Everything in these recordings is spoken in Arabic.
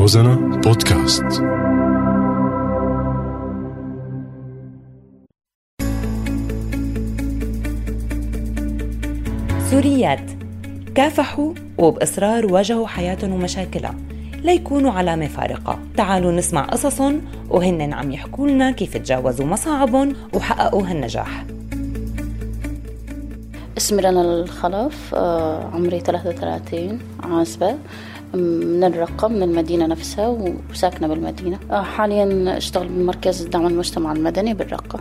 روزانا بودكاست. سوريات كافحوا وبإصرار واجهوا حياتهم ومشاكلها ليكونوا علامة فارقة. تعالوا نسمع قصصهم وهن عم يحكوا لنا كيف تجاوزوا مصاعبهم وحققوا هالنجاح. اسمي رنا الخلف، عمري 33، عازبة من الرقة، من المدينة نفسها وساكنة بالمدينة. حاليا اشتغل بمركز دعم المجتمع المدني بالرقة.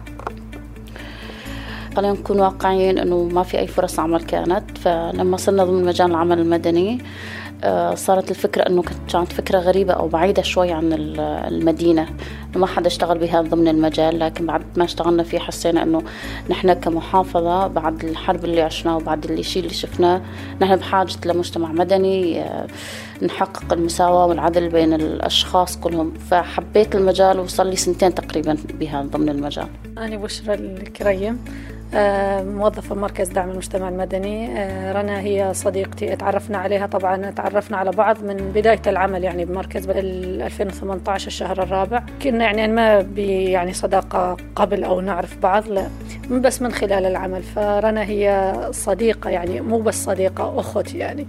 خلينا نكون واقعيين انه ما في اي فرص عمل كانت، فلما صرنا ضمن مجال العمل المدني صارت الفكرة انه كانت فكرة غريبة او بعيدة شوي عن المدينة، ما حدا اشتغل بها ضمن المجال. لكن بعد ما اشتغلنا فيه حسينا انه نحن كمحافظة بعد الحرب اللي عشناه وبعد الشيء اللي شفناه نحن بحاجة لمجتمع مدني نحقق المساواة والعدل بين الاشخاص كلهم. فحبيت المجال وصار لي 2 تقريبا بها ضمن المجال. أنا بشرى الكريم، موظفة مركز دعم المجتمع المدني. رنا هي صديقتي، تعرفنا عليها، طبعا تعرفنا على بعض من بداية العمل يعني بمركز 2018 الشهر الرابع. كنا يعني ما صداقة قبل أو نعرف بعض، لا بس من خلال العمل. فرنا هي صديقة، يعني مو بس صديقة، أخت يعني.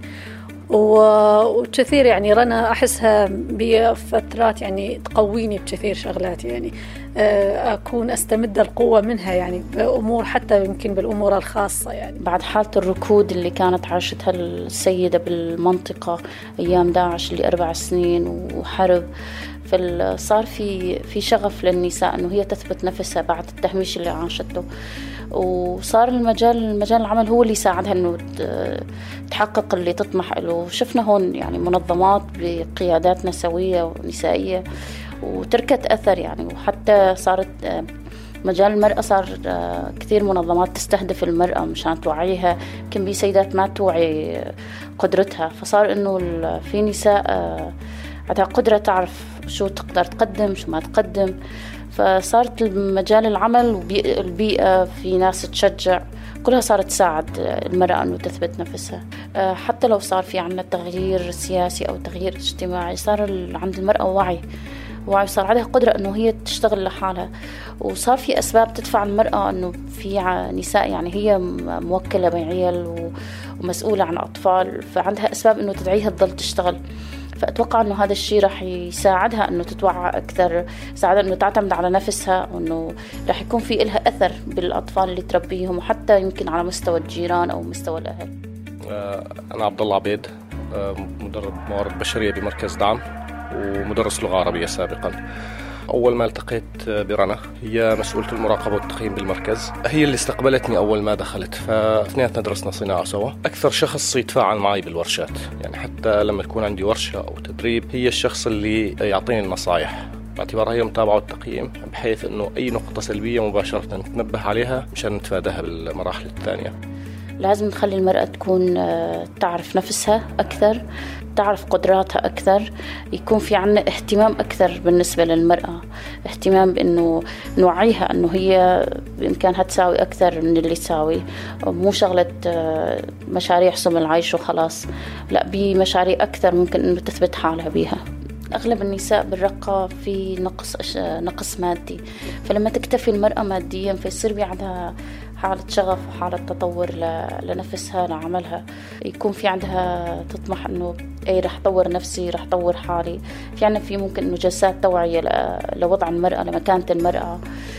وكثير يعني رنا أحسها بفترات يعني تقويني بكثير شغلات، يعني أكون أستمد القوة منها يعني بأمور، حتى يمكن بالأمور الخاصة. يعني بعد حالة الركود اللي كانت عاشتها السيدة بالمنطقة أيام داعش اللي 4 سنين وحرب، فصار في شغف للنساء أنه هي تثبت نفسها بعد التهميش اللي عاشته. وصار مجال العمل هو اللي يساعدها أنه تحقق اللي تطمح له. شفنا هون يعني منظمات بقيادات نسوية ونسائية وتركت أثر يعني. وحتى صارت مجال المرأة، صار كثير منظمات تستهدف المرأة مشان توعيها. يمكن سيدات ما توعي قدرتها، فصار إنه في نساء عندها قدرة تعرف شو تقدر تقدم شو ما تقدم. فصارت مجال العمل والبيئة في ناس تشجع، كلها صارت تساعد المرأة أنه تثبت نفسها. حتى لو صار في عنا تغيير سياسي أو تغيير اجتماعي، صار عند المرأة وعي، صار عندها قدرة أنه هي تشتغل لحالها. وصار في أسباب تدفع المرأة أنه في نساء يعني هي موكلة بعيال ومسؤولة عن أطفال، فعندها أسباب أنه تدعيها تضل تشتغل. فأتوقع أنه هذا الشيء رح يساعدها أنه تتوعى أكثر، يساعدها أنه تعتمد على نفسها، وأنه رح يكون في إلها أثر بالأطفال اللي تربيهم، وحتى يمكن على مستوى الجيران أو مستوى الأهل. أنا عبد الله عبيد، مدرب موارد بشرية بمركز دعم ومدرس لغة عربية سابقا. أول ما التقيت برنا، هي مسؤولة المراقبة والتقييم بالمركز، هي اللي استقبلتني أول ما دخلت. فاثنيناتنا درسنا صناعة سوا. أكثر شخص يتفاعل معي بالورشات، يعني حتى لما يكون عندي ورشة أو تدريب هي الشخص اللي يعطيني النصائح، باعتبارها هي متابعة والتقييم، بحيث أنه أي نقطة سلبية مباشرة نتنبه عليها مشان نتفاداها بالمراحل الثانية. لازم نخلي المرأة تكون تعرف نفسها أكثر، تعرف قدراتها أكثر، يكون في عنا اهتمام أكثر بالنسبة للمرأة، اهتمام بأنه نوعيها أنه هي بإمكانها تساوي أكثر من اللي تساوي، مو شغلة مشاريع سم العيش وخلاص، لا، بمشاريع أكثر ممكن أنه تثبت حالها بيها. أغلب النساء بالرقة في نقص مادي، فلما تكتفي المرأة ماديا فيصير بعدها حالة شغف وحالة تطور لنفسها لعملها، يكون في عندها تطمح أنه أي رح طور نفسي، رح طور حالي. في عنا في ممكن أنه جلسات توعية لوضع المرأة، لمكانة المرأة.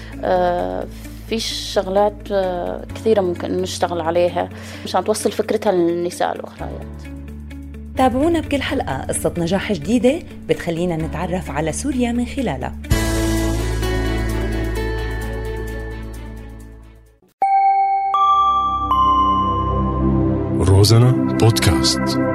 في شغلات كثيرة ممكن نشتغل عليها مشان توصل فكرتها للنساء الأخريات. تابعونا بكل حلقة قصة نجاح جديدة بتخلينا نتعرف على سوريا من خلالها. روزانا بودكاست.